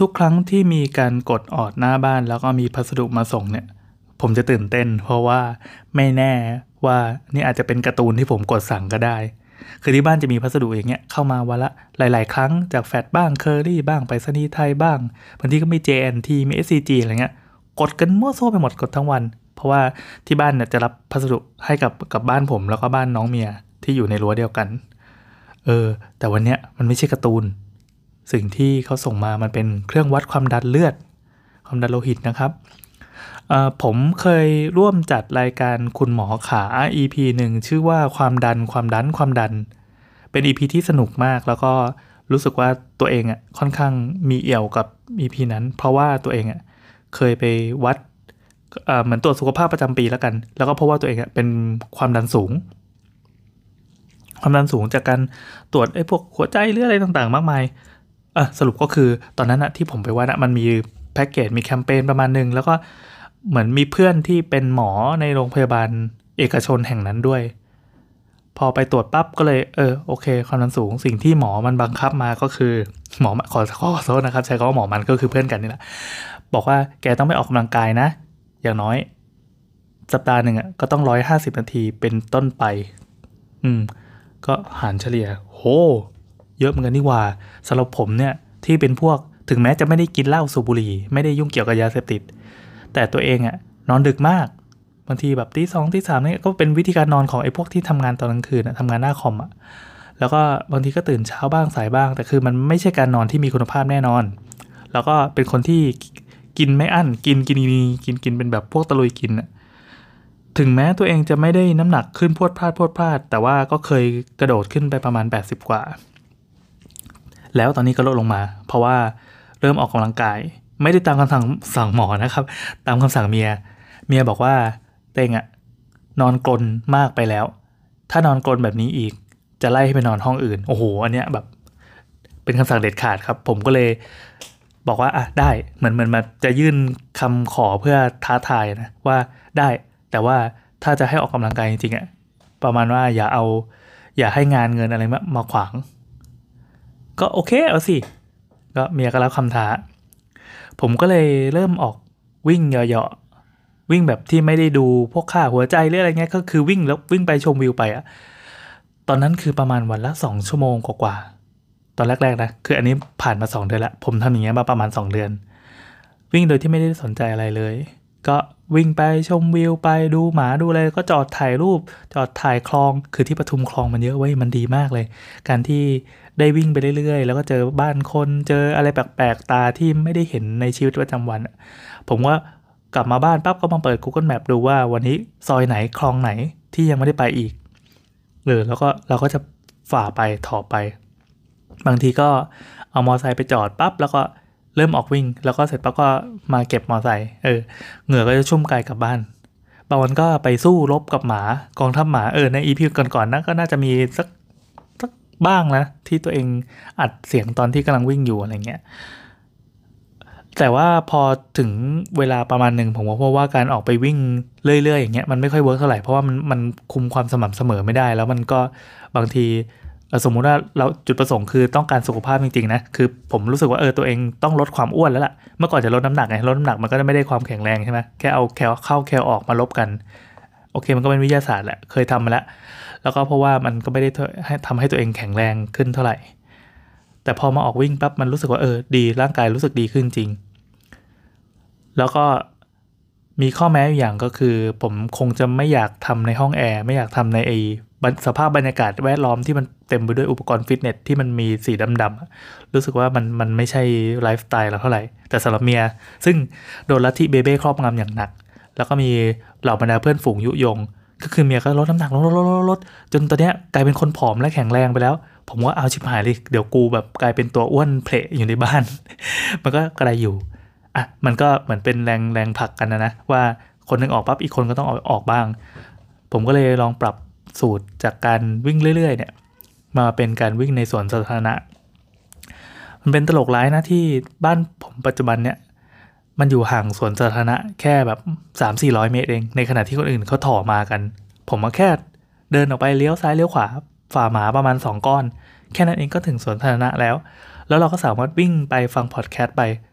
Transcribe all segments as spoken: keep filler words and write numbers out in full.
ทุกครั้งที่มีการกดออดหน้าบ้านแล้วก็มีพัสดุมาส่งเนี่ยผมจะตื่นเต้นเพราะว่าไม่แน่ว่านี่อาจจะเป็นการ์ตูนที่ผมกดสั่งก็ได้คือที่บ้านจะมีพัสดุอย่างเงี้ยเข้ามาวันละหลายๆครั้งจากแฟดบ้างเคอรี่บ้างไปรษณีย์ไทยบ้างบางทีก็มี เจ เอ็น ที มี เอส ซี จี อะไรเงี้ยกดกันมั่วซั่วไปหมดกดทั้งวันเพราะว่าที่บ้านเนี่ยจะรับพัสดุให้กับกับบ้านผมแล้วก็บ้านน้องเมียที่อยู่ในรั้วเดียวกันเออแต่วันเนี้ยมันไม่ใช่การ์ตูนสิ่งที่เขาส่งมามันเป็นเครื่องวัดความดันเลือดความดันโลหิตนะครับเอ่อผมเคยร่วมจัดรายการคุณหมอขา อี พี หนึ่งชื่อว่าความดันความดันความดันเป็น อี พี ที่สนุกมากแล้วก็รู้สึกว่าตัวเองอ่ะค่อนข้างมีเอี่ยวกับ อี พี นั้นเพราะว่าตัวเองอ่ะเคยไปวัดเอ่อเหมือนตรวจสุขภาพประจำปีแล้วกันแล้วก็เพราะว่าตัวเองอ่ะเป็นความดันสูงความดันสูงจากการตรวจไอ้พวกหัวใจหรืออะไรต่างๆมากมายอ่ะสรุปก็คือตอนนั้นอะที่ผมไปวัดอะมันมีแพ็กเกจมีแคมเปญประมาณนึงแล้วก็เหมือนมีเพื่อนที่เป็นหมอในโรงพยาบาลเอกชนแห่งนั้นด้วยพอไปตรวจปั๊บก็เลยเออโอเคความดันสูงสิ่งที่หมอมันบังคับมาก็คือหมอขอขอโทษนะครับใช้คำว่าหมอมันก็คือเพื่อนกันนี่แหละบอกว่าแกต้องไปออกกำลังกายนะอย่างน้อยสัปดาห์หนึ่งอะก็ต้องร้อยห้าสิบนาทีเป็นต้นไปอืมก็หารเฉลี่ยโหเยอะเหมือนกันนี่ว่าสำหรับผมเนี่ยที่เป็นพวกถึงแม้จะไม่ได้กินเหล้าสูบบุหรี่ไม่ได้ยุ่งเกี่ยวกับยาเสพติดแต่ตัวเองอะนอนดึกมากบางทีแบบตีสองตีสามนี่ก็เป็นวิธีการนอนของไอ้พวกที่ทำงานตอนกลางคืนอะทำงานหน้าคอมอะแล้วก็บางทีก็ตื่นเช้าบ้างสายบ้างแต่คือมันไม่ใช่การนอนที่มีคุณภาพแน่นอนแล้วก็เป็นคนที่กินไม่อั้นกินกินกินกินเป็นแบบพวกตะลุยกินอะถึงแม้ตัวเองจะไม่ได้น้ำหนักขึ้นพรวดพลาดพรวดพลาดแต่ว่าก็เคยกระโดดขึ้นไปประมาณแปดสิบกว่าแล้วตอนนี้ก็ลดลงมาเพราะว่าเริ่มออกกำลังกายไม่ได้ตามคำสั่งสั่งหมอนะครับตามคำสั่งเมียเมียบอกว่าเต็งอะนอนกลนมากไปแล้วถ้านอนกลนแบบนี้อีกจะไล่ให้ไปนอนห้องอื่นโอ้โหอันเนี้ยแบบเป็นคำสั่งเด็ดขาดครับผมก็เลยบอกว่าอ่ะได้เหมือนเหมือนมาจะยื่นคำขอเพื่อท้าทายนะว่าได้แต่ว่าถ้าจะให้ออกกำลังกายจริงๆอะประมาณว่าอย่าเอาอย่าให้งานเงินอะไรมามาขวางก็โอเคเอาสิก็เมียก็รับคำท้าผมก็เลยเริ่มออกวิ่งเหยาะๆวิ่งแบบที่ไม่ได้ดูพวกค่าหัวใจหรืออะไรเงี้ยก็คือวิ่งแล้ววิ่งไปชมวิวไปอะตอนนั้นคือประมาณวันละสองชั่วโมงกว่าๆตอนแรกๆนะคืออันนี้ผ่านมาสองเดือนละผมทำอย่างเงี้ยมาประมาณสองเดือนวิ่งโดยที่ไม่ได้สนใจอะไรเลยก็วิ่งไปชมวิวไปดูหมาดูอะไรก็จอดถ่ายรูปจอดถ่ายคลองคือที่ปทุมคลองมันเยอะเว้ยมันดีมากเลยการที่ได้วิ่งไปเรื่อยๆแล้วก็เจอบ้านคนเจออะไรแปลกๆตาที่ไม่ได้เห็นในชีวิตประจำวันผมว่ากลับมาบ้านปั๊บก็มาเปิด Google Map ดูว่าวันนี้ซอยไหนคลองไหนที่ยังไม่ได้ไปอีกเออแล้วก็เราก็จะฝ่าไปถ่อไปบางทีก็เอามอไซค์ไปจอดปั๊บแล้วก็เริ่มออกวิ่งแล้วก็เสร็จปั๊บก็มาเก็บมอไซค์เออเหงื่อก็จะชุ่มกายกลับบ้านบางวันก็ไปสู้รบกับหมากองทัพหมาเออใน อี พี ก่อนๆนะก็น่าจะมีสักสักบ้างนะที่ตัวเองอัดเสียงตอนที่กำลังวิ่งอยู่อะไรเงี้ยแต่ว่าพอถึงเวลาประมาณหนึ่งผมว่าเพราะว่าการออกไปวิ่งเรื่อยๆอย่างเงี้ยมันไม่ค่อยเวิร์กเท่าไหร่เพราะว่ามันมันคุมความสม่ำเสมอไม่ได้แล้วมันก็บางทีสมมุติว่าเราจุดประสงค์คือต้องการสุขภาพจริงๆนะคือผมรู้สึกว่าเออตัวเองต้องลดความอ้วนแล้วล่ะเมื่อก่อนจะลดน้ำหนักไงลดน้ำหนักมันก็จะไม่ได้ความแข็งแรงใช่ไหมแค่เอาแคลเข้าแคลออกมาลบกันโอเคมันก็เป็นวิทยาศาสตร์แหละเคยทำมาแล้วแล้วก็เพราะว่ามันก็ไม่ได้ให้ทำให้ตัวเองแข็งแรงขึ้นเท่าไหร่แต่พอมาออกวิ่งปั๊บมันรู้สึกว่าเออดีร่างกายรู้สึกดีขึ้นจริงแล้วก็มีข้อแม้อย่างก็คือผมคงจะไม่อยากทำในห้องแอร์ไม่อยากทำในไอสภาพบรรยากาศแวดล้อมที่มันเต็มไปด้วยอุปกรณ์ฟิตเนสที่มันมีสีดำๆรู้สึกว่ามันมันไม่ใช่ไลฟ์สไตล์เราเท่าไหร่แต่สำหรับเมียซึ่งโดนลัทธิเบเบ้ครอบงำอย่างหนักแล้วก็มีเหล่าบรรดาเพื่อนฝูงยุยงก็คือเมียก็ลดน้ำหนักลดลดลดลดจนตอนเนี้ยกลายเป็นคนผอมและแข็งแรงไปแล้วผมว่าเอาชิบหายเลยเดี๋ยวกูแบบกลายเป็นตัวอ้วนเพลอยู่ในบ้าน มันก็กระไรอยู่อ่ะมันก็เหมือนเป็นแรงแรงผลักกันนะนะว่าคนนึงออกปั๊บอีกคนก็ต้องออกออกบ้างผมก็เลยลองปรับสูตรจากการวิ่งเรื่อยๆเนี่ยมาเป็นการวิ่งในสวนสาธารณะมันเป็นตลกร้ายนะที่บ้านผมปัจจุบันเนี่ยมันอยู่ห่างสวนสาธารณะแค่แบบ สามถึงสี่ร้อย เมตรเองในขณะที่คนอื่นเขาถ่อมากันผมก็แค่เดินออกไปเลี้ยวซ้ายเลี้ยวขวาฝ่าหมาประมาณสองก้อนแค่นั้นเองก็ถึงสวนสาธารณะแล้วแล้วเราก็สามารถวิ่งไปฟังพอดแคสต์ไป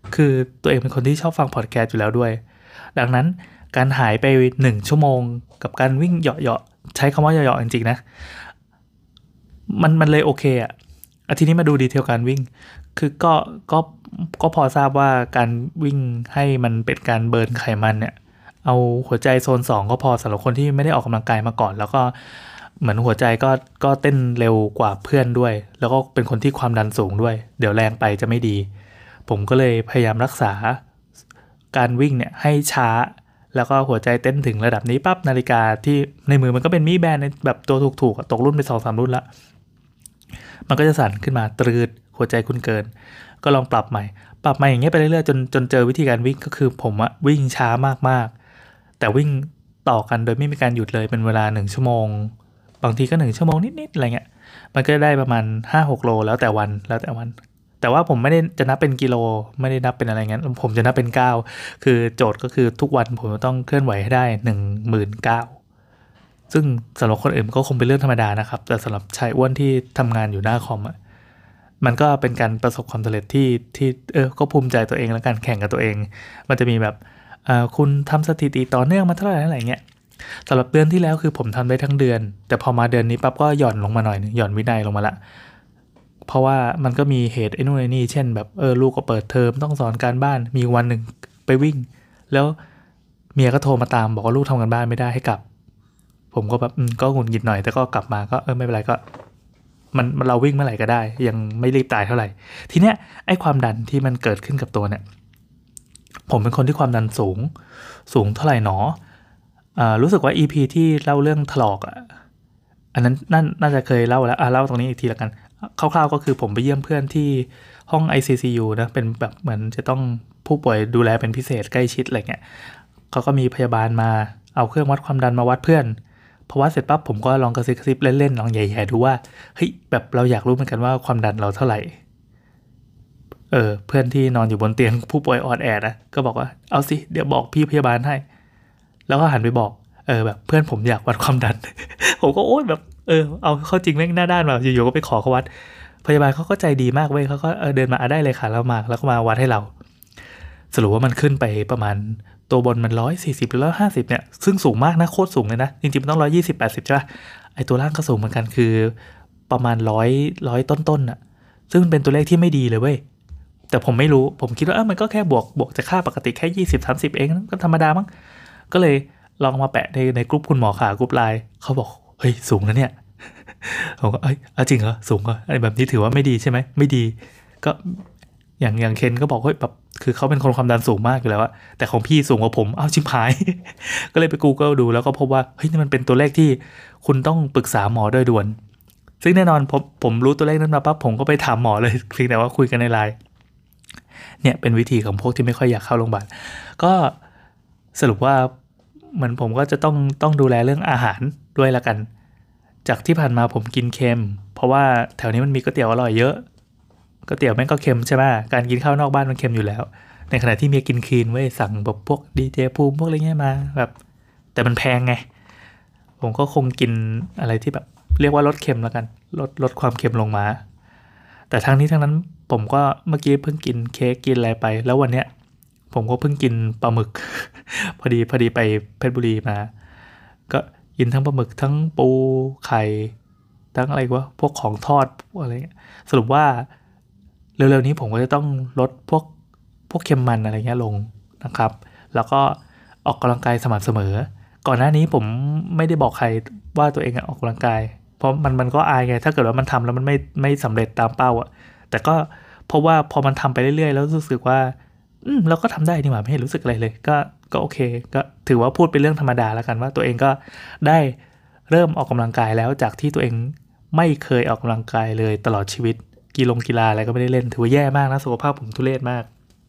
คือตัวเองเป็นคนที่ชอบฟังพอดแคสต์อยู่แล้วด้วยดังนั้นการหายไปหนึ่งชั่วโมงกับการวิ่งเหยาะๆใช้คำว่าเหยาะๆจริงๆนะมันมันเลยโอเคอ่ะอาทีนี้มาดูดีเทลการวิ่งคือก็ก็ก็พอทราบว่าการวิ่งให้มันเป็นการเบิร์นไขมันเนี่ยเอาหัวใจโซนสองก็พอสำหรับคนที่ไม่ได้ออกกำลังกายมาก่อนแล้วก็เหมือนหัวใจก็ก็เต้นเร็วกว่าเพื่อนด้วยแล้วก็เป็นคนที่ความดันสูงด้วยเดี๋ยวแรงไปจะไม่ดีผมก็เลยพยายามรักษาการวิ่งเนี่ยให้ช้าแล้วก็หัวใจเต้นถึงระดับนี้ปั๊บนาฬิกาที่ในมือมันก็เป็นมีแบนในแบบตัวถูกๆตกรุ่นไป สองสาม รุ่นละมันก็จะสั่นขึ้นมาตรืดหัวใจคุณเกินก็ลองปรับใหม่ปรับใหม่อย่างเงี้ยไปเรื่อยๆจนจนเจอวิธีการวิ่งก็คือผมอะวิ่งช้ามากๆแต่วิ่งต่อกันโดยไม่มีการหยุดเลยเป็นเวลาหนึ่งชั่วโมงบางทีก็หนึ่งชั่วโมงนิดๆอะไรเงี้ยมันก็ได้ประมาณ ห้าหก โลแล้วแต่วันแล้วแต่วันแต่ว่าผมไม่ได้จะนับเป็นกิโลไม่ได้นับเป็นอะไรเงี้ยผมจะนับเป็นก้าวคือโจทย์ก็คือทุกวันผมต้องเคลื่อนไหวให้ได้ หนึ่งหมื่นเก้าพัน ซึ่งสำหรับคนอื่นก็คงเป็นเรื่องธรรมดานะครับแต่สำหรับชายอ้วนที่ทำงานอยู่หน้าคอมอ่ะมันก็เป็นการประสบความสำเร็จที่ที่เออก็ภูมิใจตัวเองแล้วกันแข่งกับตัวเองมันจะมีแบบเอ่อคุณทำสถิติต่อเนื่องมาเท่าไหร่อะไรเงี้ยสำหรับเดือนที่แล้วคือผมทำได้ทั้งเดือนแต่พอมาเดือนนี้ปั๊บก็หย่อนลงมาหน่อยนึงหย่อนวินัยลงมาละเพราะว่ามันก็มีเหตุไอ้นู่นไอ้นี่เช่นแบบเออลูกก็เปิดเทอมต้องสอนการบ้านมีวันหนึ่งไปวิ่งแล้วเมียก็โทรมาตามบอกว่าลูกทำการบ้านไม่ได้ให้กลับผมก็แบบก็หงุดหงิดหน่อยแต่ก็กลับมาก็เออไม่เป็นไรก็มันมันเราวิ่งเมื่อไหร่ก็ได้ยังไม่รีบตายเท่าไหร่ทีเนี้ยไอ้ความดันที่มันเกิดขึ้นกับตัวเนี่ยผมเป็นคนที่ความดันสูงสูงเท่าไหร่หนออ่ารู้สึกว่า อี พี ที่เล่าเรื่องถลอกอ่ะอันนั้นน่าน่าจะเคยเล่าแล้วอ่ะเล่าตรงนี้อีกทีละกันคร่าวๆก็คือผมไปเยี่ยมเพื่อนที่ห้อง ไอ ซี ซี ยู นะเป็นแบบเหมือนจะต้องผู้ป่วยดูแลเป็นพิเศษใกล้ชิดอะไรเงี้ยเขาก็มีพยาบาลมาเอาเครื่องวัดความดันมาวัดเพื่อนพอวัดเสร็จปั๊บผมก็ลองกระซิบกระซิบเล่นๆลองแย่ๆดูว่าเฮ้ยแบบเราอยากรู้เหมือนกันว่าความดันเราเท่าไหร่เออเพื่อนที่นอนอยู่บนเตียงผู้ป่วยออดแอดนะก็บอกว่าเอาสิเดี๋ยวบอกพี่พยาบาลให้แล้วก็หันไปบอกเออแบบเพื่อนผมอยากวัดความดัน ผมก็โอ๊ยแบบเออเอาเข้าจริงแม่งหน้าด้านแบบอยู่ๆก็ไปขอเขาวัดพยาบาลเขาก็ใจดีมากเว้ยเขาก็เออเดินมาได้เลยค่ะแล้วมาแล้วก็มาวัดให้เราสรุปว่ามันขึ้นไปประมาณตัวบนมันร้อยสี่สิบหรือร้อยห้าสิบเนี่ยซึ่งสูงมากนะโคตรสูงเลยนะจริงๆมันต้องร้อยยี่สิบแปดสิบใช่ป่ะไอตัวล่างก็สูงเหมือนกันคือประมาณร้อยร้อยต้นๆน่ะซึ่งมันเป็นตัวเลขที่ไม่ดีเลยเว้ยแต่ผมไม่รู้ผมคิดว่าเออมันก็แค่บวกบวกจากค่าปกติแค่ยี่สิบสามสิบเองก็ธรรมดามั้งก็เลยลองมาแปะในในกลุ่มคุณหมอขากลุ่มไลน์เขาบอกเฮ้ยสูงนะเนี่ยผมก็เอ้ยจริงเหรอสูงเหรอไอ้แบบนี้ถือว่าไม่ดีใช่ไหมไม่ดีก็อย่างอย่างเคนก็บอกเฮ้ยแบบคือเขาเป็นคนความดันสูงมากอยู่แล้วอะแต่ของพี่สูงกว่าผมอ้าวชิบหาย ก็เลยไป Google ดูแล้วก็พบว่าเฮ้ยนี่มันเป็นตัวเลขที่คุณต้องปรึกษาหมอโดยด่วนซึ่งแน่นอนผมผมรู้ตัวเลขนั้นมาปั๊บผมก็ไปถามหมอเลยเพียงแต่ว่าคุยกันในไลน์เนี่ยเป็นวิธีของพวกที่ไม่ค่อยอยากเข้าโรงพยาบาลก็สรุปว่าเหมือนผมก็จะต้องต้องดูแลเรื่องอาหารด้วยละกันจากที่ผ่านมาผมกินเค็มเพราะว่าแถวนี้มันมีก๋วยเตี๋ยวอร่อยเยอะก๋วยเตี๋ยวแม่งก็เค็มใช่ไหมการกินข้าวนอกบ้านมันเค็มอยู่แล้วในขณะที่เมียกินคลีนเว้ยสั่งแบบพวกดีเจภูมิพวกอะไรเงี้ยมาแบบแต่มันแพงไงผมก็คงกินอะไรที่แบบเรียกว่าลดเค็มแล้วกันลดลดความเค็มลงมาแต่ทั้งนี้ทั้งนั้นผมก็เมื่อกี้เพิ่งกินเค้กกินอะไรไปแล้ววันเนี้ยผมก็เพิ่งกินปลาหมึก พอดีพอดีไปเพชรบุรีมาก็กินทั้งปลาหมึกทั้งปูไข่ทั้งอะไรวะพวกของทอดอะไรเงี้ยสรุปว่าเร็วๆนี้ผมก็จะต้องลดพวกพวกเค็มมันอะไรเงี้ยลงนะครับแล้วก็ออกกำลังกายสม่ำเสมอก่อนหน้านี้ผมไม่ได้บอกใครว่าตัวเองออกกำลังกายเพราะมันมันก็อายไงถ้าเกิดว่ามันทำแล้วมันไม่ไม่สำเร็จตามเป้าอะแต่ก็เพราะว่าพอมันทำไปเรื่อยๆแล้วรู้สึกว่าอืมเราก็ทำได้นี่หว่าไม่เห็นรู้สึกอะไรเลยก็ก็โอเคก็ถือว่าพูดเป็นเรื่องธรรมดาแล้วกันว่าตัวเองก็ได้เริ่มออกกำลังกายแล้วจากที่ตัวเองไม่เคยออกกำลังกายเลยตลอดชีวิตกีฬากีฬาอะไรก็ไม่ได้เล่นถือว่าแย่มากนะสุขภาพผมทุเรศมาก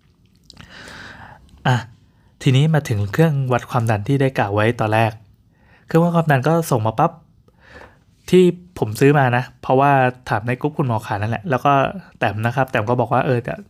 อ่ะทีนี้มาถึงเครื่องวัดความดันที่ได้กล่าวไว้ตอนแรกเครื่องวัดความดันก็ส่งมาปั๊บที่ผมซื้อมานะเพราะว่าถามในกลุ่มคุณหมอขานั่นแหละแล้วก็แต้มนะครับแต้มก็บอกว่าเออ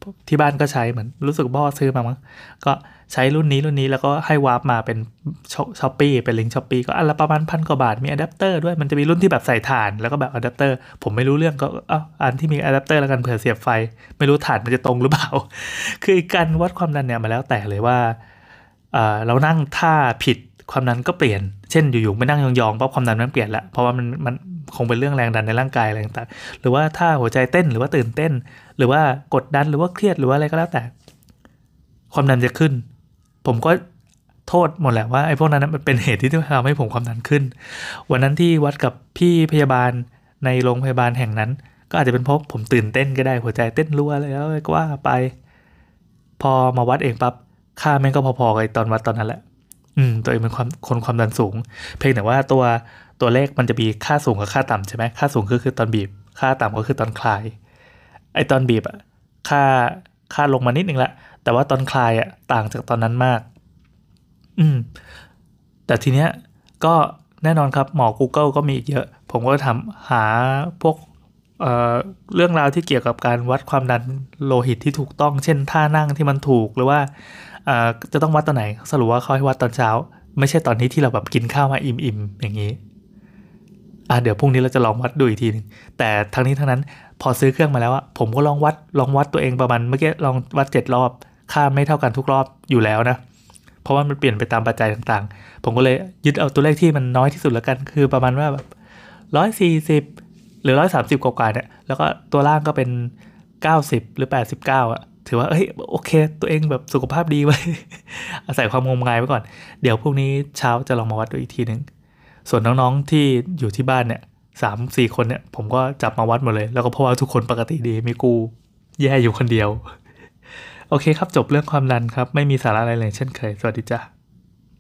ที่บ้านก็ใช้เหมือนรู้สึกพ่อซื้อมามั้งก็ใช้รุ่นนี้รุ่นนี้แล้วก็ให้วาร์ปมาเป็นช้อปปี้เป็นลิงก์ช้อปปี้ก็อันละประมาณพันกว่าบาทมีอะแดปเตอร์ด้วยมันจะมีรุ่นที่แบบใส่ถ่านแล้วก็แบบอะแดปเตอร์ผมไม่รู้เรื่องก็เอ้าอันที่มีอะแดปเตอร์แล้วกันเผื่อเสียบไฟไม่รู้ถ่านมันจะตรงหรือเปล่า คือการวัดความดันเนี่ยมาแล้วแต่เลยว่าเอ่อเรานั่งท่าผิดความดันก็เปลี่ยนเช่นอยู่ๆไม่นั่งยองๆเพราะความดันมันเปลี่ยนละเพราะว่ามันมันคงเป็นเรื่องแรงดันในร่างกายอะไรต่างๆหรือว่าถ้าหัวใจเต้นหรือว่าตื่นเต้นหรือว่ากดดันหรือว่าเครียดหรือว่าอะไรก็แล้วแต่ความดันจะขึ้นผมก็โทษหมดแหละว่าไอ้พวกนั้นมันเป็นเหตุที่ทำให้ผมความดันขึ้นวันนั้นที่วัดกับพี่พยาบาลในโรงพยาบาลแห่งนั้นก็อาจจะเป็นเพราะผมตื่นเต้นก็ได้หัวใจเต้นรัวแล้วก็ว่าไปพอมาวัดเองปั๊บค่าแม่งก็พอๆกับตอนวัดตอนนั้นแหละอืมตัวเองเป็นความคนความดันสูงเพียงแต่ว่าตัวตัวเลขมันจะมีค่าสูงกับค่าต่ำใช่ไหมค่าสูงก็คือตอนบีบค่าต่ำก็คือตอนคลายไอตอนบีบอะค่าค่าลงมานิดนึงละแต่ว่าตอนคลายอะต่างจากตอนนั้นมากอืมแต่ทีเนี้ยก็แน่นอนครับหมอ Google ก็มีอีกเยอะผมก็ทำหาพวกเอ่อเรื่องราวที่เกี่ยวกับการวัดความดันโลหิตที่ถูกต้องเช่นท่านั่งที่มันถูกหรือว่าจะต้องวัดตอนไหนสรุปว่าเขาให้วัดตอนเช้าไม่ใช่ตอนนี้ที่เราแบบกินข้าวมาอิ่มๆอย่างนี้อ่ะเดี๋ยวพรุ่งนี้เราจะลองวัดดูอีกทีนึงแต่ทั้งนี้ทั้งนั้นพอซื้อเครื่องมาแล้วอะผมก็ลองวัดลองวัดตัวเองประมาณเมื่อกี้ลองวัดเจ็ดรอบค่าไม่เท่ากันทุกรอบอยู่แล้วนะเพราะว่ามันเปลี่ยนไปตามปัจจัยต่างๆผมก็เลยยึดเอาตัวเลขที่มันน้อยที่สุดแล้วกันคือประมาณว่าแบบร้อยสี่สิบหรือร้อยสามสิบกว่าๆเนี่ยแล้วก็ตัวล่างก็เป็นเก้าสิบหรือแปดสิบเก้าอะถือว่าเอ้ยโอเคตัวเองแบบสุขภาพดีไว้ อาศัยความงมงายไว้ก่อนเดี๋ยวพรุ่งนี้เช้าจะลองมาวัดดูอีกทีนึงส่วนน้องๆที่อยู่ที่บ้านเนี่ยสามสี่คนเนี่ยผมก็จับมาวัดหมดเลยแล้วก็เพราะว่าทุกคนปกติดีมีกูแย่อยู่คนเดียวโอเคครับจบเรื่องความดันครับไม่มีสาระอะไรเลยเช่นเคยสวัสดีจ้ะ